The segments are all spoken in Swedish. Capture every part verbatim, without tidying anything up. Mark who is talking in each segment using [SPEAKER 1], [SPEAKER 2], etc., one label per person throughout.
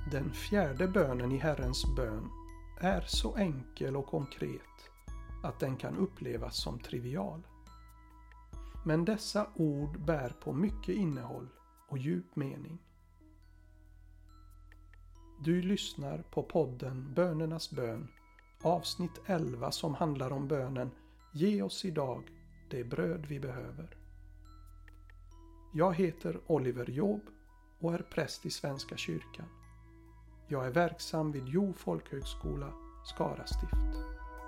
[SPEAKER 1] Den fjärde bönen i Herrens bön är så enkel och konkret att den kan upplevas som trivial. Men dessa ord bär på mycket innehåll och djup mening. Du lyssnar på podden Bönernas bön, avsnitt elva som handlar om bönen Ge oss idag det bröd vi behöver. Jag heter Oliver Job och är präst i Svenska kyrkan. Jag är verksam vid Jo folkhögskola, Skara stift.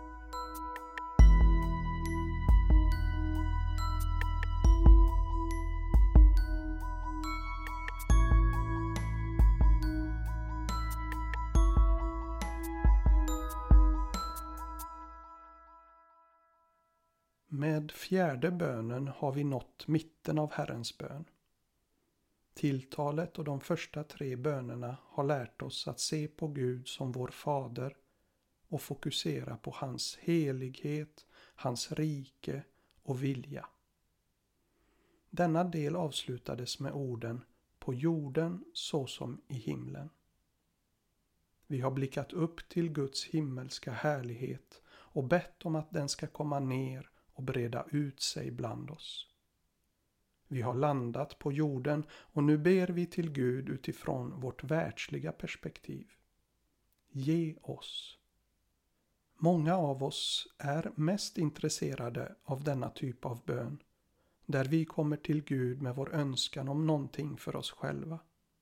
[SPEAKER 1] Med fjärde bönen har vi nått mitten av Herrens bön. Tilltalet och de första tre bönerna har lärt oss att se på Gud som vår fader och fokusera på hans helighet, hans rike och vilja. Denna del avslutades med orden på jorden så som i himlen. Vi har blickat upp till Guds himmelska härlighet och bett om att den ska komma ner och breda ut sig bland oss. Vi har landat på jorden och nu ber vi till Gud utifrån vårt världsliga perspektiv. Ge oss. Många av oss är mest intresserade av denna typ av bön, där vi kommer till Gud med vår önskan om någonting för oss själva.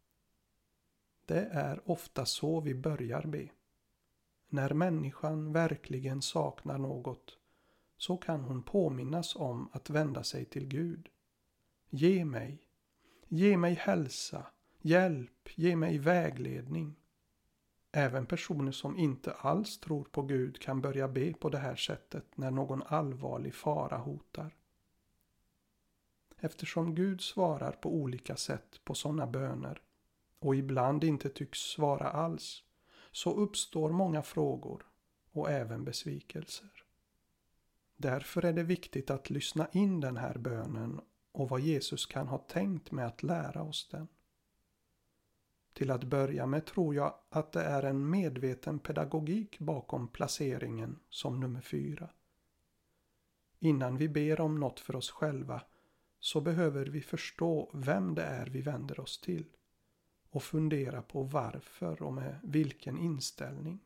[SPEAKER 1] Det är ofta så vi börjar be. När människan verkligen saknar något, så kan hon påminnas om att vända sig till Gud. Ge mig, ge mig hälsa, hjälp, ge mig vägledning. Även personer som inte alls tror på Gud kan börja be på det här sättet när någon allvarlig fara hotar. Eftersom Gud svarar på olika sätt på sådana böner och ibland inte tycks svara alls, så uppstår många frågor och även besvikelser. Därför är det viktigt att lyssna in den här bönen och vad Jesus kan ha tänkt med att lära oss den. Till att börja med tror jag att det är en medveten pedagogik bakom placeringen som nummer fyra. Innan vi ber om något för oss själva så behöver vi förstå vem det är vi vänder oss till och fundera på varför och med vilken inställning.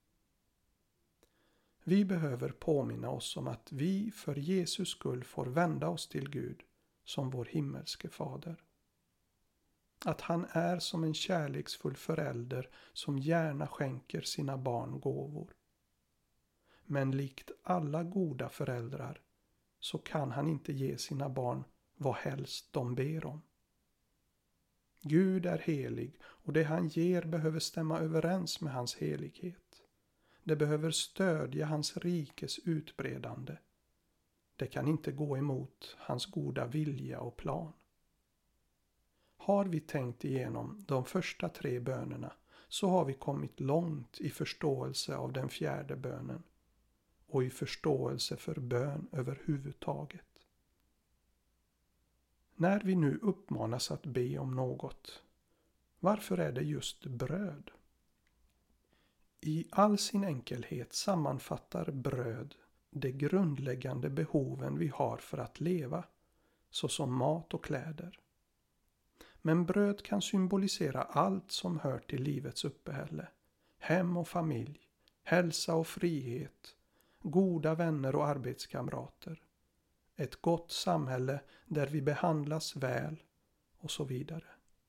[SPEAKER 1] Vi behöver påminna oss om att vi för Jesus skull får vända oss till Gud som vår himmelske fader. Att han är som en kärleksfull förälder som gärna skänker sina barn gåvor. Men likt alla goda föräldrar så kan han inte ge sina barn vad helst de ber om. Gud är helig och det han ger behöver stämma överens med hans helighet. Det behöver stödja hans rikes utbredande. Det kan inte gå emot hans goda vilja och plan. Har vi tänkt igenom de första tre bönerna så har vi kommit långt i förståelse av den fjärde bönen och i förståelse för bön överhuvudtaget. När vi nu uppmanas att be om något, varför är det just bröd? I all sin enkelhet sammanfattar bröd de grundläggande behoven vi har för att leva, såsom mat och kläder. Men bröd kan symbolisera allt som hör till livets uppehälle, hem och familj, hälsa och frihet, goda vänner och arbetskamrater, ett gott samhälle där vi behandlas väl och så vidare.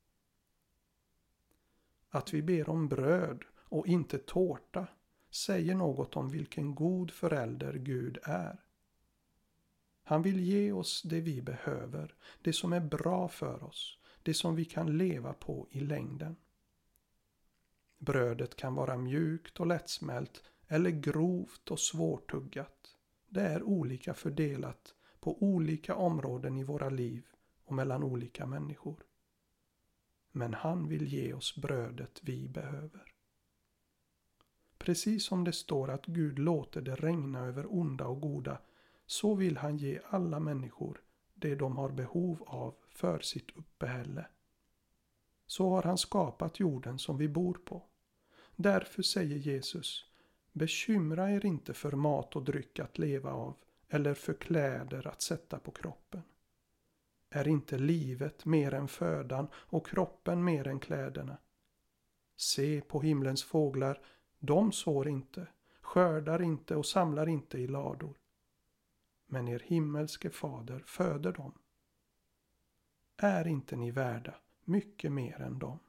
[SPEAKER 1] Att vi ber om bröd och inte tårta säger något om vilken god förälder Gud är. Han vill ge oss det vi behöver, det som är bra för oss, det som vi kan leva på i längden. Brödet kan vara mjukt och lättsmält eller grovt och svårtuggat. Det är olika fördelat på olika områden i våra liv och mellan olika människor. Men han vill ge oss brödet vi behöver. Precis som det står att Gud låter det regna över onda och goda, så vill han ge alla människor det de har behov av för sitt uppehälle. så har han skapat jorden som vi bor på. Därför säger Jesus: bekymra er inte för mat och dryck att leva av eller för kläder att sätta på kroppen. Är inte livet mer än födan och kroppen mer än kläderna? Se på himlens fåglar, de sår inte, skördar inte och samlar inte i lador. Men er himmelske fader föder dem. Är inte ni värda mycket mer än dem?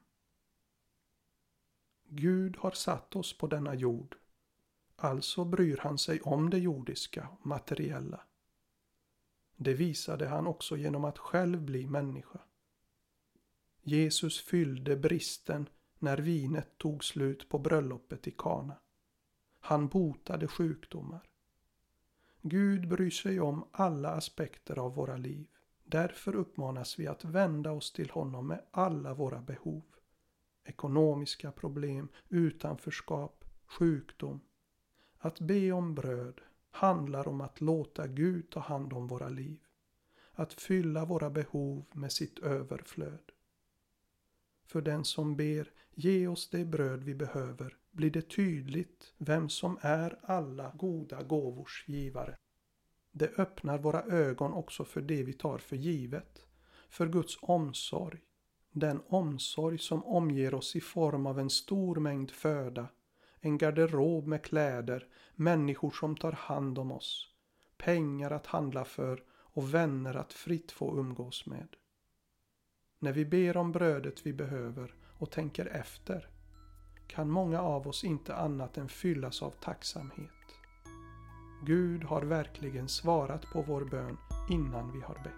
[SPEAKER 1] Gud har satt oss på denna jord, alltså bryr han sig om det jordiska och materiella. Det visade han också genom att själv bli människa. Jesus fyllde bristen när vinet tog slut på bröllopet i Kana. Han botade sjukdomar. Gud bryr sig om alla aspekter av våra liv. Därför uppmanas vi att vända oss till honom med alla våra behov. Ekonomiska problem, utanförskap, sjukdom. Att be om bröd handlar om att låta Gud ta hand om våra liv. Att fylla våra behov med sitt överflöd. För den som ber, ge oss det bröd vi behöver, blir det tydligt vem som är alla goda gåvors givare. Det öppnar våra ögon också för det vi tar för givet, för Guds omsorg. Den omsorg som omger oss i form av en stor mängd föda, en garderob med kläder, människor som tar hand om oss, pengar att handla för och vänner att fritt få umgås med. När vi ber om brödet vi behöver och tänker efter, kan många av oss inte annat än fyllas av tacksamhet. Gud har verkligen svarat på vår bön innan vi har bett.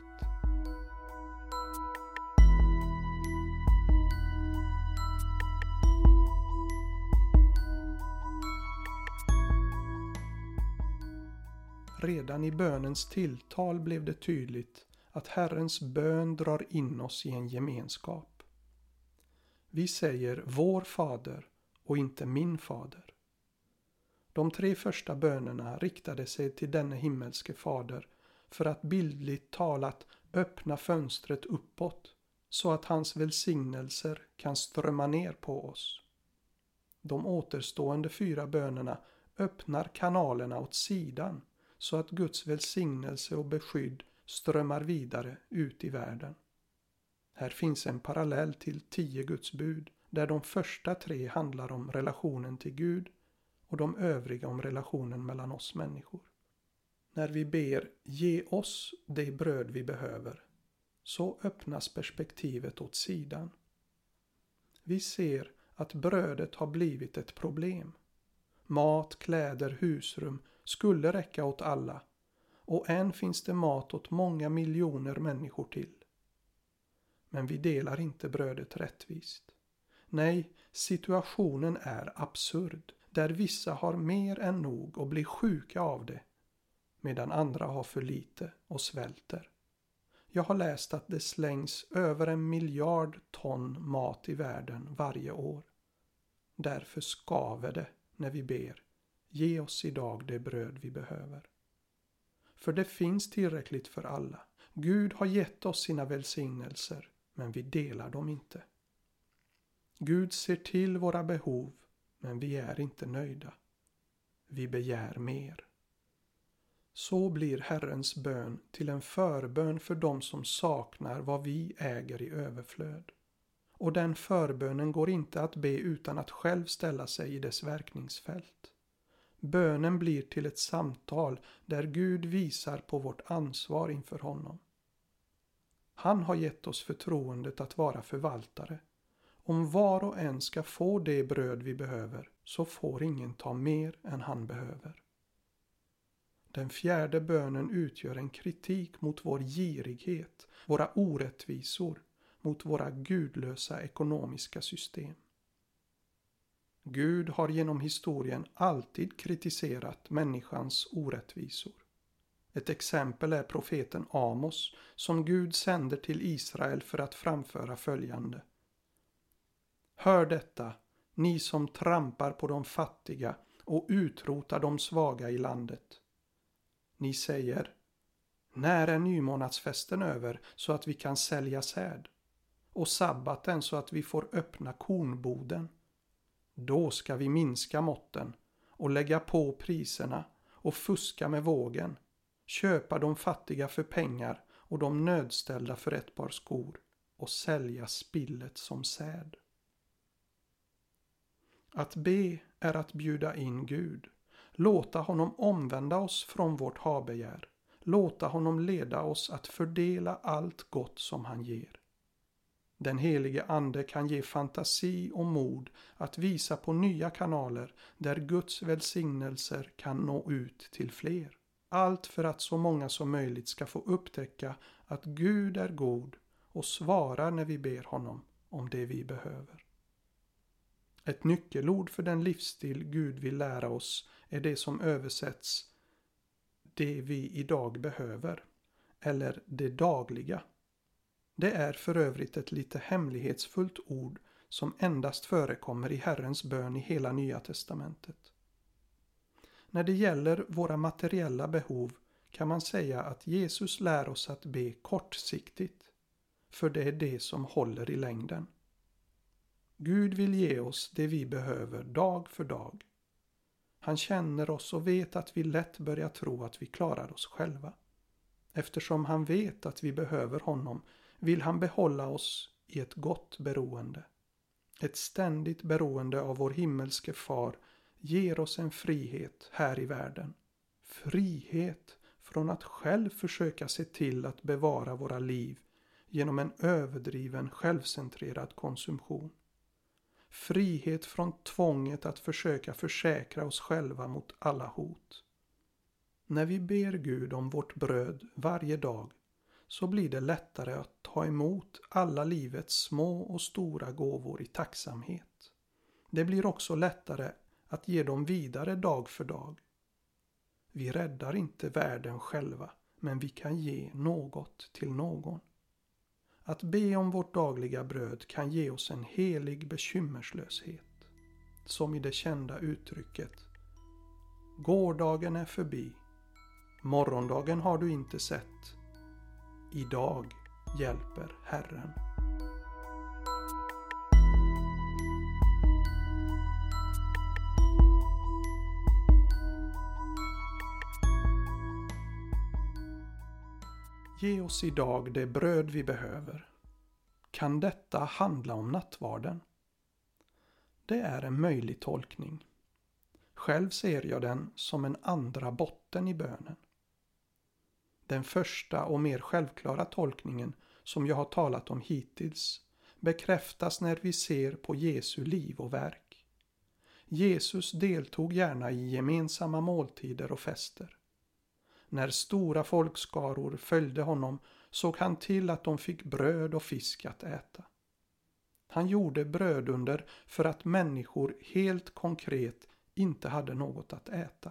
[SPEAKER 1] Redan i bönens tilltal blev det tydligt att Herrens bön drar in oss i en gemenskap. Vi säger vår fader och inte min fader. De tre första bönerna riktade sig till denne himmelske fader för att bildligt talat öppna fönstret uppåt så att hans välsignelser kan strömma ner på oss. De återstående fyra bönerna öppnar kanalerna åt sidan så att Guds välsignelse och beskydd strömmar vidare ut i världen. Här finns en parallell till tio Guds bud där de första tre handlar om relationen till Gud och de övriga om relationen mellan oss människor. När vi ber ge oss det bröd vi behöver så öppnas perspektivet åt sidan. Vi ser att brödet har blivit ett problem. Mat, kläder, husrum skulle räcka åt alla och än finns det mat åt många miljoner människor till. Men vi delar inte brödet rättvist. Nej, situationen är absurd där vissa har mer än nog och blir sjuka av det medan andra har för lite och svälter. Jag har läst att det slängs över en miljard ton mat i världen varje år. Därför skaver det när vi ber, ge oss idag det bröd vi behöver. För det finns tillräckligt för alla. Gud har gett oss sina välsignelser, men vi delar dem inte. Gud ser till våra behov, men vi är inte nöjda. Vi begär mer. Så blir Herrens bön till en förbön för dem som saknar vad vi äger i överflöd. Och den förbönen går inte att be utan att själv ställa sig i dess verkningsfält. Bönen blir till ett samtal där Gud visar på vårt ansvar inför honom. Han har gett oss förtroendet att vara förvaltare. Om var och en ska få det bröd vi behöver så får ingen ta mer än han behöver. Den fjärde bönen utgör en kritik mot vår girighet, våra orättvisor, mot våra gudlösa ekonomiska system. Gud har genom historien alltid kritiserat människans orättvisor. Ett exempel är profeten Amos som Gud sänder till Israel för att framföra följande. Hör detta, ni som trampar på de fattiga och utrotar de svaga i landet. Ni säger, när är nymånadsfesten över så att vi kan sälja säd? och sabbaten så att vi får öppna kornboden. Då ska vi minska måtten och lägga på priserna och fuska med vågen, köpa de fattiga för pengar och de nödställda för ett par skor och sälja spillet som säd. Att be är att bjuda in Gud, låta honom omvända oss från vårt habegär, låta honom leda oss att fördela allt gott som han ger. Den helige ande kan ge fantasi och mod att visa på nya kanaler där Guds välsignelser kan nå ut till fler. Allt för att så många som möjligt ska få upptäcka att Gud är god och svarar när vi ber honom om det vi behöver. Ett nyckelord för den livsstil Gud vill lära oss är det som översätts det vi idag behöver, eller det dagliga. Det är för övrigt ett lite hemlighetsfullt ord som endast förekommer i Herrens bön i hela Nya testamentet. När det gäller våra materiella behov kan man säga att Jesus lär oss att be kortsiktigt, för det är det som håller i längden. Gud vill ge oss det vi behöver dag för dag. Han känner oss och vet att vi lätt börjar tro att vi klarar oss själva. Eftersom han vet att vi behöver honom vill han behålla oss i ett gott beroende. Ett ständigt beroende av vår himmelske far ger oss en frihet här i världen. Frihet från att själv försöka se till att bevara våra liv genom en överdriven självcentrerad konsumtion. Frihet från tvånget att försöka försäkra oss själva mot alla hot. När vi ber Gud om vårt bröd varje dag så blir det lättare att ta emot alla livets små och stora gåvor i tacksamhet. Det blir också lättare att ge dem vidare dag för dag. Vi räddar inte världen själva, men vi kan ge något till någon. Att be om vårt dagliga bröd kan ge oss en helig bekymmerslöshet. Som i det kända uttrycket: gårdagen är förbi, morgondagen har du inte sett. Idag hjälper Herren. Ge oss idag det bröd vi behöver. Kan detta handla om nattvarden? Det är en möjlig tolkning. Själv ser jag den som en andra botten i bönen. Den första och mer självklara tolkningen som jag har talat om hittills bekräftas när vi ser på Jesu liv och verk. Jesus deltog gärna i gemensamma måltider och fester. När stora folkskaror följde honom såg han till att de fick bröd och fisk att äta. Han gjorde brödunder för att människor helt konkret inte hade något att äta.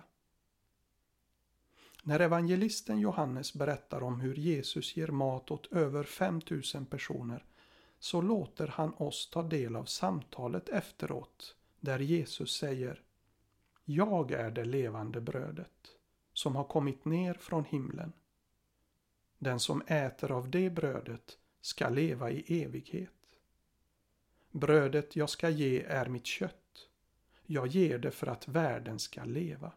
[SPEAKER 1] När evangelisten Johannes berättar om hur Jesus ger mat åt över fem tusen personer så låter han oss ta del av samtalet efteråt där Jesus säger: Jag är det levande brödet som har kommit ner från himlen. Den som äter av det brödet ska leva i evighet. Brödet jag ska ge är mitt kött. Jag ger det för att världen ska leva.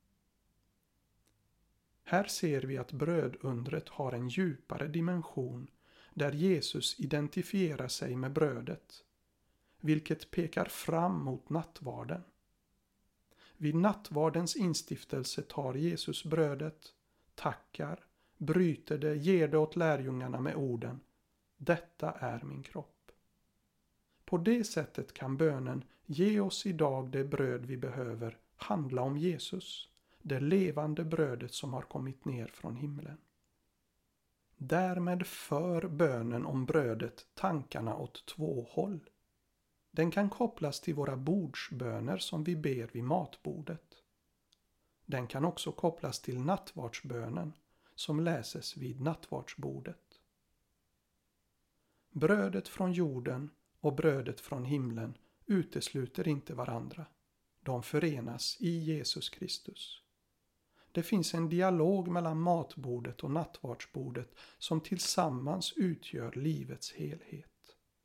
[SPEAKER 1] Här ser vi att brödundret har en djupare dimension där Jesus identifierar sig med brödet, vilket pekar fram mot nattvarden. Vid nattvardens instiftelse tar Jesus brödet, tackar, bryter det, ger det åt lärjungarna med orden: Detta är min kropp. På det sättet kan bönen ge oss idag det bröd vi behöver handla om Jesus, det levande brödet som har kommit ner från himlen. Därmed för bönen om brödet tankarna åt två håll. Den kan kopplas till våra bordsböner som vi ber vid matbordet. Den kan också kopplas till nattvardsbönen som läses vid nattvardsbordet. Brödet från jorden och brödet från himlen utesluter inte varandra. De förenas i Jesus Kristus. Det finns en dialog mellan matbordet och nattvardsbordet som tillsammans utgör livets helhet.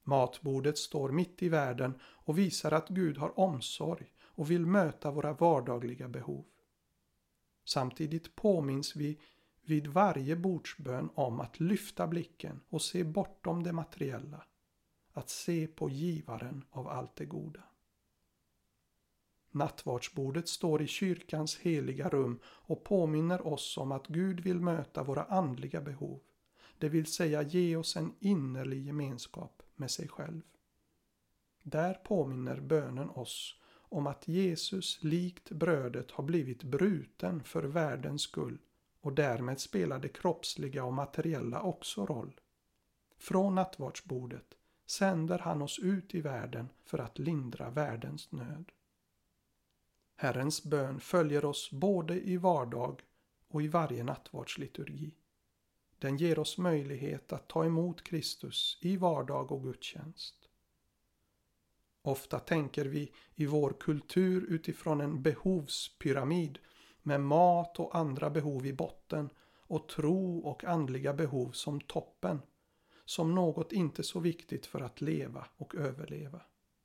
[SPEAKER 1] Matbordet står mitt i världen och visar att Gud har omsorg och vill möta våra vardagliga behov. Samtidigt påminns vi vid varje bordsbön om att lyfta blicken och se bortom det materiella. Att se på givaren av allt det goda. Nattvardsbordet står i kyrkans heliga rum och påminner oss om att Gud vill möta våra andliga behov. Det vill säga ge oss en innerlig gemenskap med sig själv. Där påminner bönen oss om att Jesus likt brödet har blivit bruten för världens skull och därmed spelar det kroppsliga och materiella också roll. Från nattvardsbordet sänder han oss ut i världen för att lindra världens nöd. Herrens bön följer oss både i vardag och i varje nattvardsliturgi. Den ger oss möjlighet att ta emot Kristus i vardag och gudstjänst. Ofta tänker vi i vår kultur utifrån en behovspyramid med mat och andra behov i botten och tro och andliga behov som toppen, som något inte så viktigt för att leva och överleva.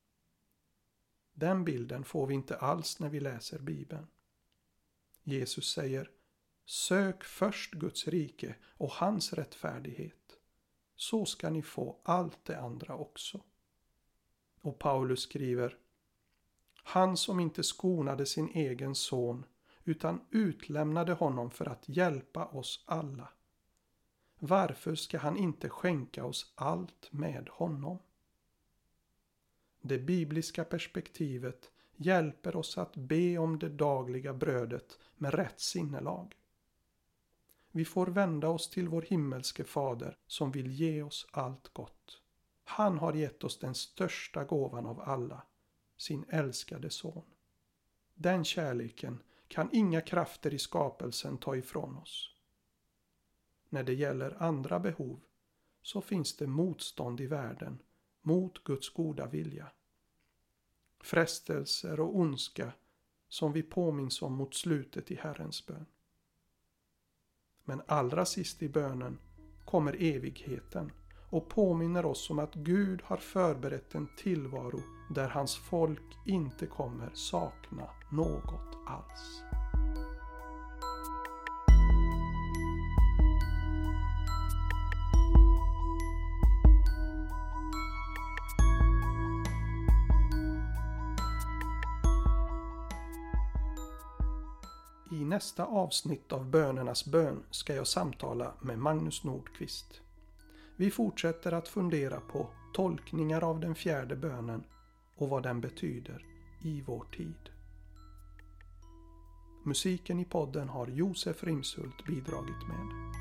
[SPEAKER 1] Den bilden får vi inte alls när vi läser Bibeln. Jesus säger: sök först Guds rike och hans rättfärdighet, så ska ni få allt det andra också. Och Paulus skriver: han som inte skonade sin egen son utan utlämnade honom för att hjälpa oss alla. Varför ska han inte skänka oss allt med honom? Det bibliska perspektivet hjälper oss att be om det dagliga brödet med rätt sinnelag. Vi får vända oss till vår himmelske fader som vill ge oss allt gott. Han har gett oss den största gåvan av alla, sin älskade son. Den kärleken kan inga krafter i skapelsen ta ifrån oss. När det gäller andra behov så finns det motstånd i världen mot Guds goda vilja. Frestelser och ondska som vi påminns om mot slutet i Herrens bön. Men allra sist i bönen kommer evigheten och påminner oss om att Gud har förberett en tillvaro där hans folk inte kommer sakna något alls. I nästa avsnitt av Bönernas bön ska jag samtala med Magnus Nordqvist. Vi fortsätter att fundera på tolkningar av den fjärde bönen och vad den betyder i vår tid. Musiken i podden har Josef Rimshult bidragit med.